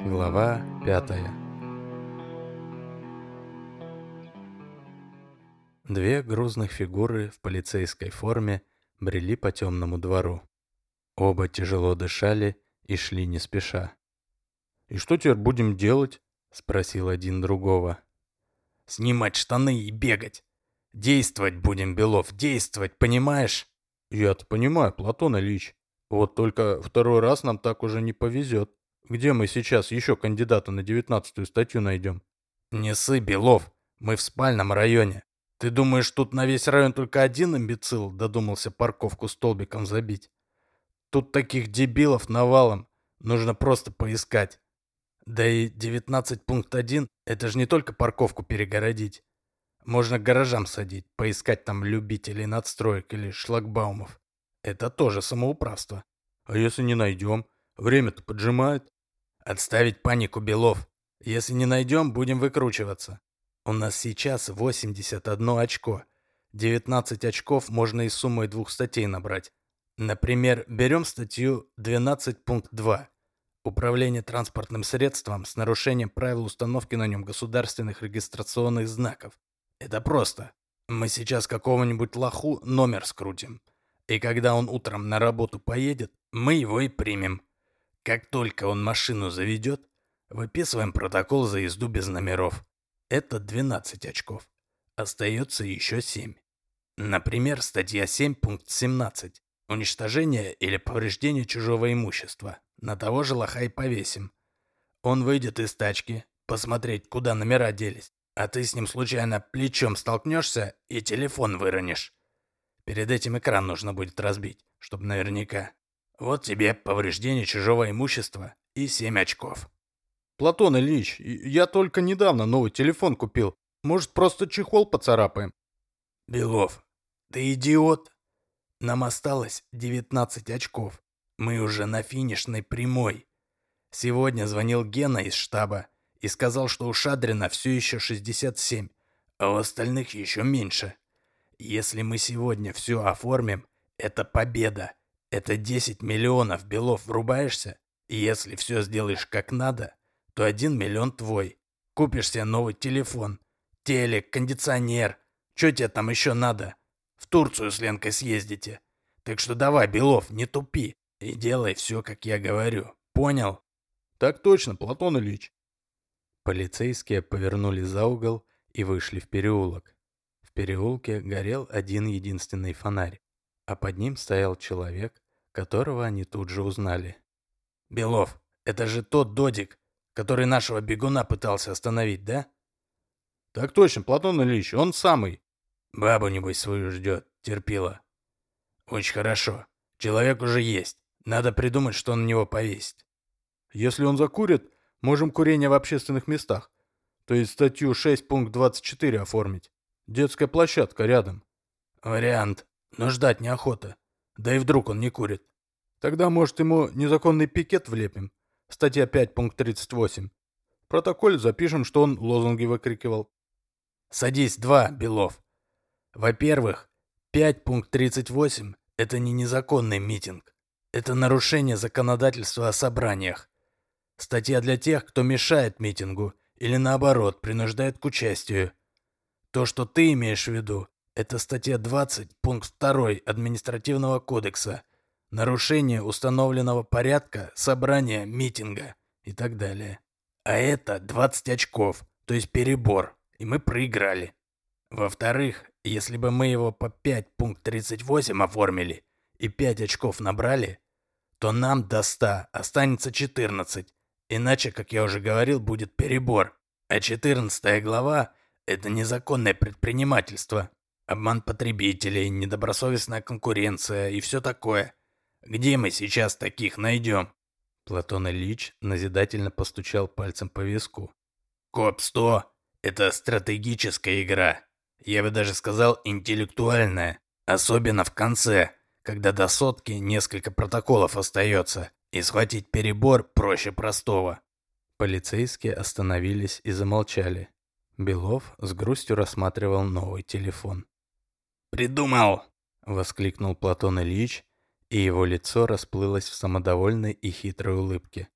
Глава 5. Две грузных фигуры в полицейской форме брели по темному двору. Оба тяжело дышали и шли не спеша. «И что теперь будем делать?» — спросил один другого. «Снимать штаны и бегать. Действовать будем, Белов, действовать, понимаешь?» «Я-то понимаю, Платон Ильич. Вот только второй раз нам так уже не повезет. Где мы сейчас еще кандидата на 19-ю статью найдем?» «Не ссы, Белов, мы в спальном районе. Ты думаешь, тут на весь район только один имбецил додумался парковку столбиком забить? Тут таких дебилов навалом, нужно просто поискать. Да и 19.1 это же не только парковку перегородить. Можно к гаражам садить, поискать там любителей надстроек или шлагбаумов. Это тоже самоуправство. «А если не найдем? Время-то поджимает». Отставить панику, Белов. Если не найдем, будем выкручиваться. У нас сейчас 81 очко. 19 очков можно и суммой двух статей набрать. Например, берем статью 12.2. Управление транспортным средством с нарушением правил установки на нем государственных регистрационных знаков. Это просто. Мы сейчас какого-нибудь лоху номер скрутим. И когда он утром на работу поедет, мы его и примем. Как только он машину заведет, выписываем протокол за езду без номеров. Это 12 очков. Остается еще 7. Например, статья 7, пункт 17. Уничтожение или повреждение чужого имущества. На того же лоха и повесим. Он выйдет из тачки, посмотреть, куда номера делись. А ты с ним случайно плечом столкнешься и телефон выронишь. Перед этим экран нужно будет разбить, чтобы наверняка. Вот тебе повреждение чужого имущества и 7 очков. «Платон Ильич, я только недавно новый телефон купил. Может, просто чехол поцарапаем?» Белов, ты идиот? Нам осталось 19 очков. Мы уже на финишной прямой. Сегодня звонил Гена из штаба и сказал, что у Шадрина все еще 67, а у остальных еще меньше. Если мы сегодня все оформим, это победа. Это 10 миллионов, Белов, врубаешься? И если все сделаешь как надо, то 1 миллион твой. Купишь себе новый телефон, телек, кондиционер. Что тебе там еще надо? В Турцию с Ленкой съездите. Так что давай, Белов, не тупи и делай все, как я говорю. Понял? «Так точно, Платон Ильич». Полицейские повернули за угол и вышли в переулок. В переулке горел один единственный фонарь, а под ним стоял человек, которого они тут же узнали. Белов, это же тот додик, который нашего бегуна пытался остановить, да? «Так точно, Платон Ильич, он самый». Бабу, небось, свою ждет, терпила. Очень хорошо. Человек уже есть. Надо придумать, что на него повесить. «Если он закурит, можем курение в общественных местах. То есть статью 6 пункт 24 оформить. Детская площадка рядом». Вариант. Но ждать неохота. Да и вдруг он не курит. «Тогда, может, ему незаконный пикет влепим? Статья 5 пункт 38. В протоколе запишем, что он лозунги выкрикивал». Садись, 2, Белов. Во-первых, 5 пункт 38 – это не незаконный митинг. Это нарушение законодательства о собраниях. Статья для тех, кто мешает митингу или наоборот принуждает к участию. То, что ты имеешь в виду, это статья 20, пункт 2 Административного кодекса. Нарушение установленного порядка, собрания, митинга и так далее. А это 20 очков, то есть перебор, и мы проиграли. Во-вторых, если бы мы его по 5 пункт 38 оформили и 5 очков набрали, то нам до 100 останется 14. Иначе, как я уже говорил, будет перебор. А 14 глава – это незаконное предпринимательство, обман потребителей, недобросовестная конкуренция и все такое. Где мы сейчас таких найдем? Платон Ильич назидательно постучал пальцем по виску. КОП-100 – это стратегическая игра. Я бы даже сказал интеллектуальная. Особенно в конце, когда до сотки несколько протоколов остается. И схватить перебор проще простого. Полицейские остановились и замолчали. Белов с грустью рассматривал новый телефон. «Придумал!» — воскликнул Платон Ильич, и его лицо расплылось в самодовольной и хитрой улыбке.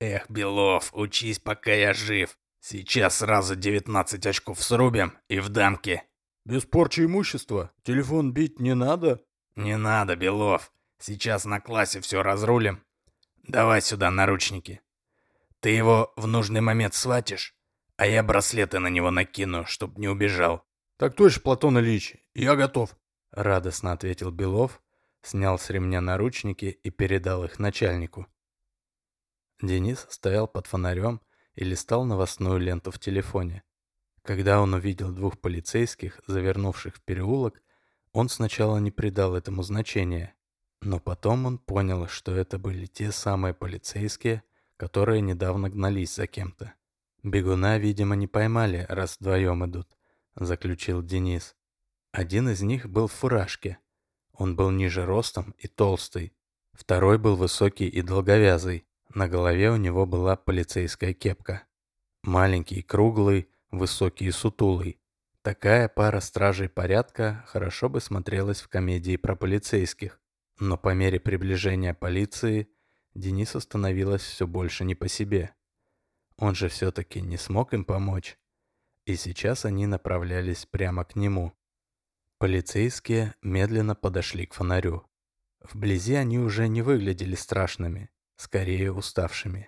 Эх, Белов, учись, пока я жив. Сейчас сразу 19 очков срубим и в дамки. Без порчи имущества? Телефон бить не надо? Не надо, Белов. Сейчас на классе все разрулим. Давай сюда наручники. Ты его в нужный момент схватишь, а я браслеты на него накину, чтоб не убежал. Так точно, Платон Ильич, я готов. Радостно ответил Белов, снял с ремня наручники и передал их начальнику. Денис стоял под фонарем и листал новостную ленту в телефоне. Когда он увидел двух полицейских, завернувших в переулок, он сначала не придал этому значения. Но потом он понял, что это были те самые полицейские, которые недавно гнались за кем-то. «Бегуна, видимо, не поймали, раз вдвоем идут», — заключил Денис. Один из них был в фуражке. Он был ниже ростом и толстый. Второй был высокий и долговязый. На голове у него была полицейская кепка. Маленький, круглый, высокий и сутулый. Такая пара стражей порядка хорошо бы смотрелась в комедии про полицейских. Но по мере приближения полиции Денису становилось все больше не по себе. Он же все-таки не смог им помочь. И сейчас они направлялись прямо к нему. Полицейские медленно подошли к фонарю. Вблизи они уже не выглядели страшными, скорее уставшими.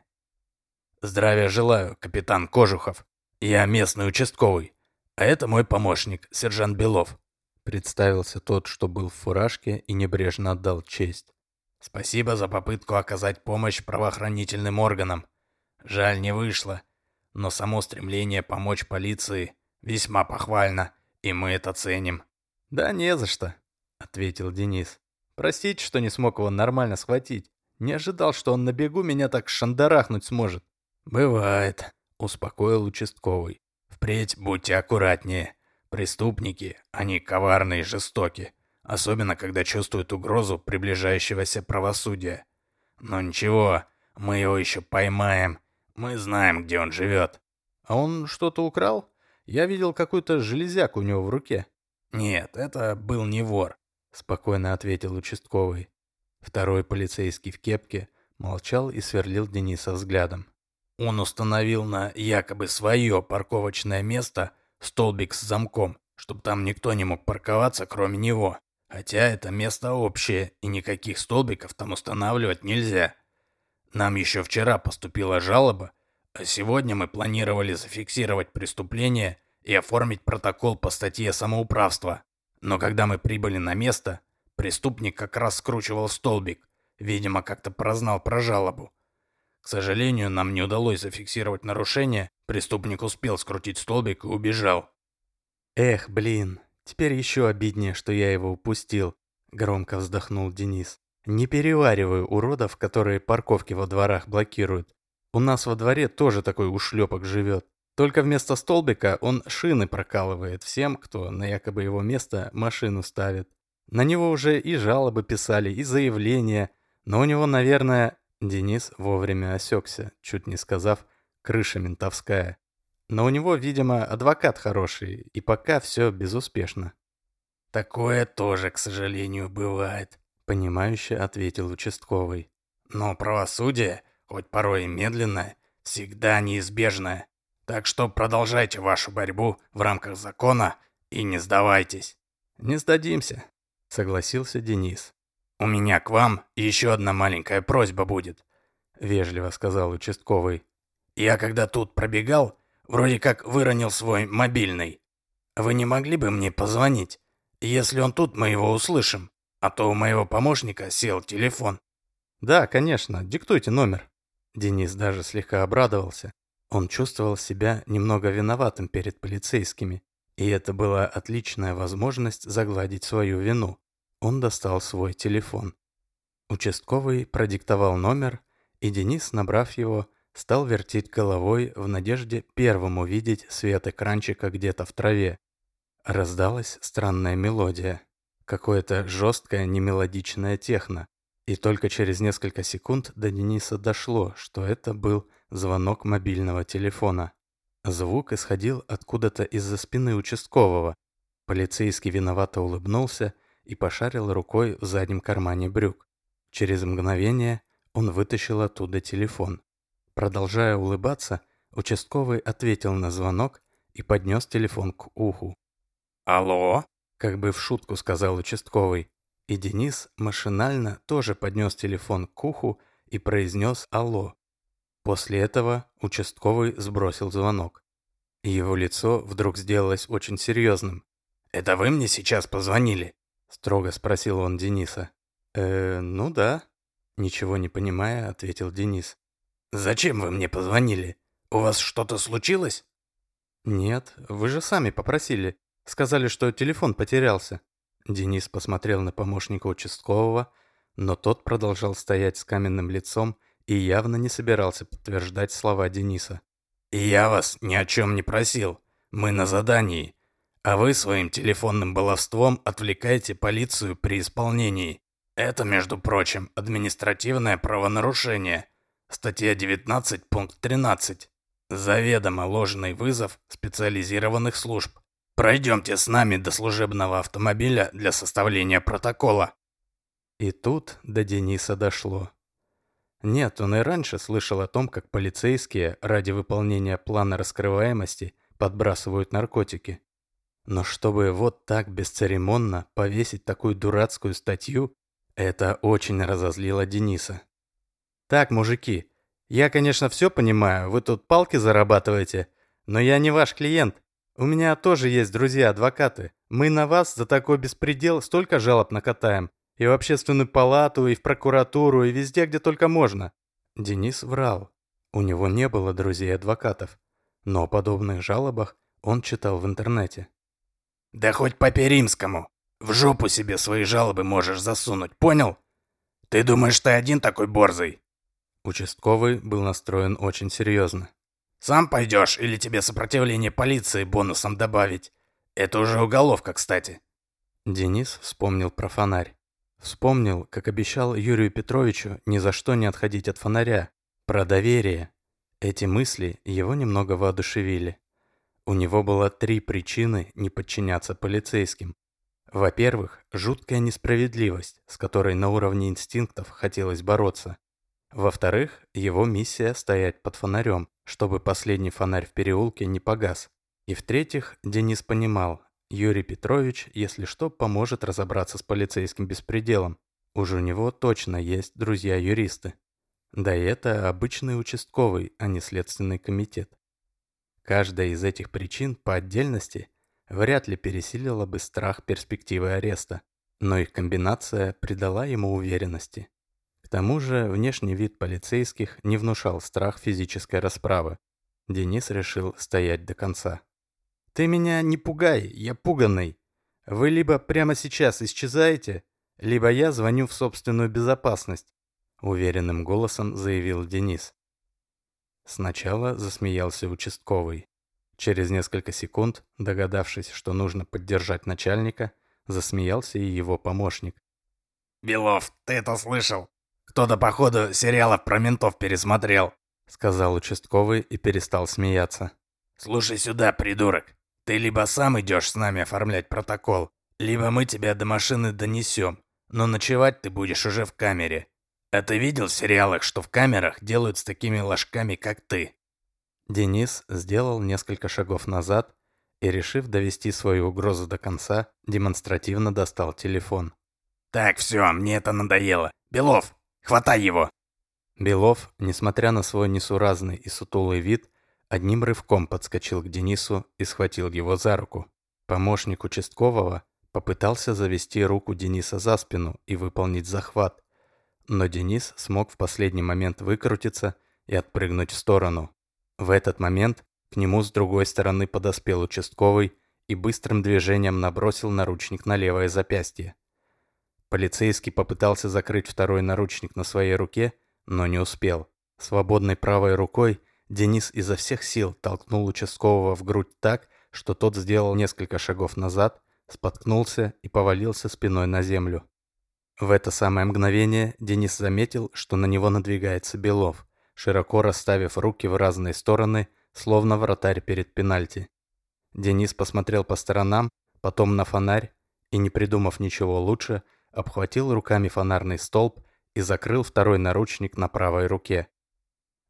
Здравия желаю, капитан Кожухов. Я местный участковый, а это мой помощник, сержант Белов. Представился тот, что был в фуражке, и небрежно отдал честь. Спасибо за попытку оказать помощь правоохранительным органам. Жаль, не вышло, но само стремление помочь полиции весьма похвально, и мы это ценим. «Да не за что», — ответил Денис. «Простите, что не смог его нормально схватить. Не ожидал, что он на бегу меня так шандарахнуть сможет». «Бывает», — успокоил участковый. «Впредь будьте аккуратнее. Преступники, они коварны и жестоки, особенно когда чувствуют угрозу приближающегося правосудия. Но ничего, мы его еще поймаем. Мы знаем, где он живет». «А он что-то украл? Я видел какую-то железяку у него в руке». «Нет, это был не вор», — спокойно ответил участковый. Второй полицейский в кепке молчал и сверлил Дениса взглядом. Он установил на якобы свое парковочное место столбик с замком, чтобы там никто не мог парковаться, кроме него. Хотя это место общее, и никаких столбиков там устанавливать нельзя. Нам еще вчера поступила жалоба, а сегодня мы планировали зафиксировать преступление и оформить протокол по статье самоуправства. Но когда мы прибыли на место, преступник как раз скручивал столбик, видимо, как-то прознал про жалобу. К сожалению, нам не удалось зафиксировать нарушение, преступник успел скрутить столбик и убежал. «Эх, блин, теперь еще обиднее, что я его упустил», — громко вздохнул Денис. «Не перевариваю уродов, которые парковки во дворах блокируют. У нас во дворе тоже такой ушлепок живет. Только вместо столбика он шины прокалывает всем, кто на якобы его место машину ставит. На него уже и жалобы писали, и заявления, но у него, наверное...» Денис вовремя осекся, чуть не сказав «крыша ментовская». Но у него, видимо, адвокат хороший, и пока все безуспешно. «Такое тоже, к сожалению, бывает», — понимающе ответил участковый. «Но правосудие, хоть порой и медленное, всегда неизбежное. Так что продолжайте вашу борьбу в рамках закона и не сдавайтесь». «Не сдадимся», — согласился Денис. «У меня к вам еще одна маленькая просьба будет», — вежливо сказал участковый. «Я когда тут пробегал, вроде как выронил свой мобильный. Вы не могли бы мне позвонить? Если он тут, мы его услышим, а то у моего помощника сел телефон». «Да, конечно, диктуйте номер». Денис даже слегка обрадовался. Он чувствовал себя немного виноватым перед полицейскими, и это была отличная возможность загладить свою вину. Он достал свой телефон. Участковый продиктовал номер, и Денис, набрав его, стал вертеть головой в надежде первым увидеть свет экранчика где-то в траве. Раздалась странная мелодия, какое-то жесткое немелодичное техно, и только через несколько секунд до Дениса дошло, что это был звонок мобильного телефона. Звук исходил откуда-то из-за спины участкового. Полицейский виновато улыбнулся и пошарил рукой в заднем кармане брюк. Через мгновение он вытащил оттуда телефон. Продолжая улыбаться, участковый ответил на звонок и поднес телефон к уху. «Алло?» — как бы в шутку сказал участковый. И Денис машинально тоже поднес телефон к уху и произнес «Алло». После этого участковый сбросил звонок. И его лицо вдруг сделалось очень серьезным. «Это вы мне сейчас позвонили?» — строго спросил он Дениса. Ну да», — ничего не понимая, ответил Денис. «Зачем вы мне позвонили? У вас что-то случилось?» «Нет, вы же сами попросили. Сказали, что телефон потерялся». Денис посмотрел на помощника участкового, но тот продолжал стоять с каменным лицом и явно не собирался подтверждать слова Дениса. «Я вас ни о чем не просил. Мы на задании. А вы своим телефонным баловством отвлекаете полицию при исполнении. Это, между прочим, административное правонарушение. Статья 19, пункт 13. Заведомо ложный вызов специализированных служб. Пройдемте с нами до служебного автомобиля для составления протокола». И тут до Дениса дошло. Нет, он и раньше слышал о том, как полицейские ради выполнения плана раскрываемости подбрасывают наркотики. Но чтобы вот так бесцеремонно повесить такую дурацкую статью, это очень разозлило Дениса. «Так, мужики, я, конечно, все понимаю, вы тут палки зарабатываете, но я не ваш клиент. У меня тоже есть друзья-адвокаты. Мы на вас за такой беспредел столько жалоб накатаем. И в общественную палату, и в прокуратуру, и везде, где только можно». Денис врал. У него не было друзей-адвокатов. Но о подобных жалобах он читал в интернете. «Да хоть по Перимскому. В жопу себе свои жалобы можешь засунуть, понял? Ты думаешь, ты один такой борзый?» Участковый был настроен очень серьезно. «Сам пойдешь или тебе сопротивление полиции бонусом добавить? Это уже уголовка, кстати». Денис вспомнил про фонарь. Вспомнил, как обещал Юрию Петровичу ни за что не отходить от фонаря. Про доверие. Эти мысли его немного воодушевили. У него было 3 причины не подчиняться полицейским. Во-первых, жуткая несправедливость, с которой на уровне инстинктов хотелось бороться. Во-вторых, его миссия стоять под фонарем, чтобы последний фонарь в переулке не погас. И в-третьих, Денис понимал, Юрий Петрович, если что, поможет разобраться с полицейским беспределом. Уж у него точно есть друзья-юристы. Да и это обычный участковый, а не следственный комитет. Каждая из этих причин по отдельности вряд ли пересилила бы страх перспективы ареста, но их комбинация придала ему уверенности. К тому же внешний вид полицейских не внушал страх физической расправы. Денис решил стоять до конца. «Ты меня не пугай, я пуганый. Вы либо прямо сейчас исчезаете, либо я звоню в собственную безопасность», — уверенным голосом заявил Денис. Сначала засмеялся участковый. Через несколько секунд, догадавшись, что нужно поддержать начальника, засмеялся и его помощник. «Белов, ты это слышал? Кто-то, походу, сериалов про ментов пересмотрел», — сказал участковый и перестал смеяться. «Слушай сюда, придурок. Ты либо сам идешь с нами оформлять протокол, либо мы тебя до машины донесем, но ночевать ты будешь уже в камере. А ты видел в сериалах, что в камерах делают с такими ложками, как ты?» Денис сделал несколько шагов назад и, решив довести свою угрозу до конца, демонстративно достал телефон. «Так, все, мне это надоело. Белов, хватай его!» Белов, несмотря на свой несуразный и сутулый вид, одним рывком подскочил к Денису и схватил его за руку. Помощник участкового попытался завести руку Дениса за спину и выполнить захват, но Денис смог в последний момент выкрутиться и отпрыгнуть в сторону. В этот момент к нему с другой стороны подоспел участковый и быстрым движением набросил наручник на левое запястье. Полицейский попытался закрыть второй наручник на своей руке, но не успел. Свободной правой рукой Денис изо всех сил толкнул участкового в грудь так, что тот сделал несколько шагов назад, споткнулся и повалился спиной на землю. В это самое мгновение Денис заметил, что на него надвигается Белов, широко расставив руки в разные стороны, словно вратарь перед пенальти. Денис посмотрел по сторонам, потом на фонарь и, не придумав ничего лучше, обхватил руками фонарный столб и закрыл второй наручник на правой руке.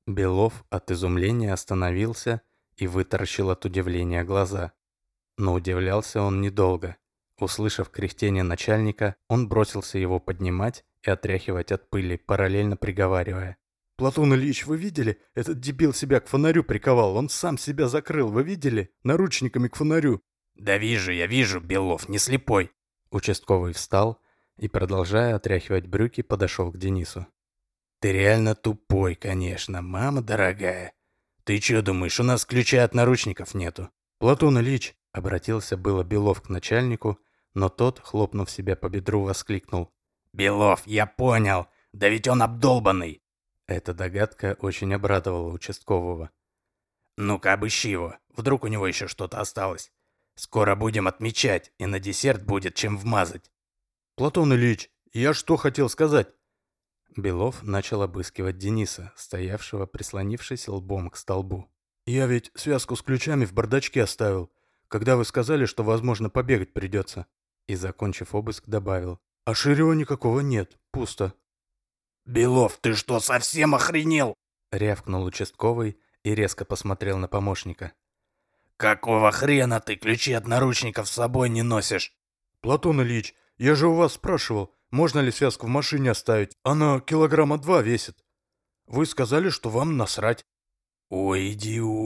Белов от изумления остановился и вытаращил от удивления глаза. Но удивлялся он недолго. Услышав кряхтение начальника, он бросился его поднимать и отряхивать от пыли, параллельно приговаривая: «Платон Ильич, вы видели? Этот дебил себя к фонарю приковал, он сам себя закрыл, вы видели? Наручниками к фонарю». «Да вижу, я вижу, Белов, не слепой». Участковый встал и, продолжая отряхивать брюки, подошел к Денису. «Ты реально тупой, конечно, мама дорогая. Ты чё думаешь, у нас ключа от наручников нету?» «Платон Ильич», — обратился было Белов к начальнику, но тот, хлопнув себя по бедру, воскликнул: «Белов, я понял, да ведь он обдолбанный». Эта догадка очень обрадовала участкового. «Ну-ка, обыщи его, вдруг у него еще что-то осталось. Скоро будем отмечать, и на десерт будет чем вмазать». «Платон Ильич, я что хотел сказать?» Белов начал обыскивать Дениса, стоявшего, прислонившись лбом к столбу. «Я ведь связку с ключами в бардачке оставил, когда вы сказали, что, возможно, побегать придется». И, закончив обыск, добавил: «А Ширева никакого нет, пусто». «Белов, ты что, совсем охренел?» — рявкнул участковый и резко посмотрел на помощника. «Какого хрена ты ключи от наручников с собой не носишь?» «Платон Ильич, я же у вас спрашивал, можно ли связку в машине оставить? Она 2 килограмма весит. Вы сказали, что вам насрать». «Ой,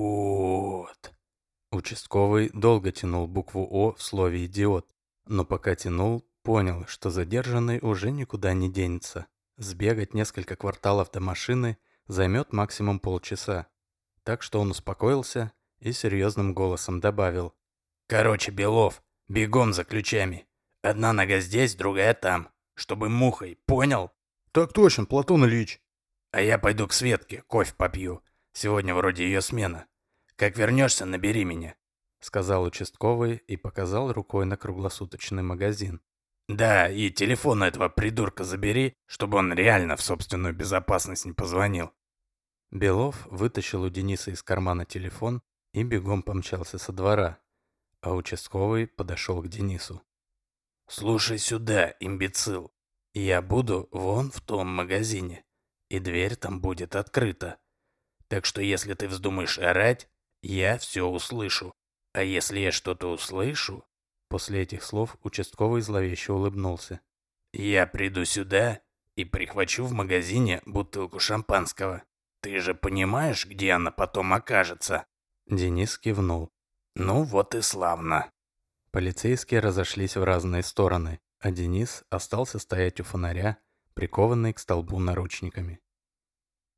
идиот!» Участковый долго тянул букву «О» в слове «идиот», но пока тянул, понял, что задержанный уже никуда не денется. Сбегать несколько кварталов до машины займет максимум полчаса. Так что он успокоился и серьезным голосом добавил: «Короче, Белов, бегом за ключами. Одна нога здесь, другая там. Чтобы мухой, понял?» «Так точно, Платон Ильич». «А я пойду к Светке, кофе попью. Сегодня вроде ее смена. Как вернешься, набери меня», — сказал участковый и показал рукой на круглосуточный магазин. «Да, и телефон этого придурка забери, чтобы он реально в собственную безопасность не позвонил». Белов вытащил у Дениса из кармана телефон и бегом помчался со двора, а участковый подошел к Денису. «Слушай сюда, имбецил. Я буду вон в том магазине, и дверь там будет открыта. Так что если ты вздумаешь орать, я все услышу. А если я что-то услышу...» После этих слов участковый зловеще улыбнулся. «Я приду сюда и прихвачу в магазине бутылку шампанского. Ты же понимаешь, где она потом окажется?» Денис кивнул. «Ну вот и славно». Полицейские разошлись в разные стороны, а Денис остался стоять у фонаря, прикованный к столбу наручниками.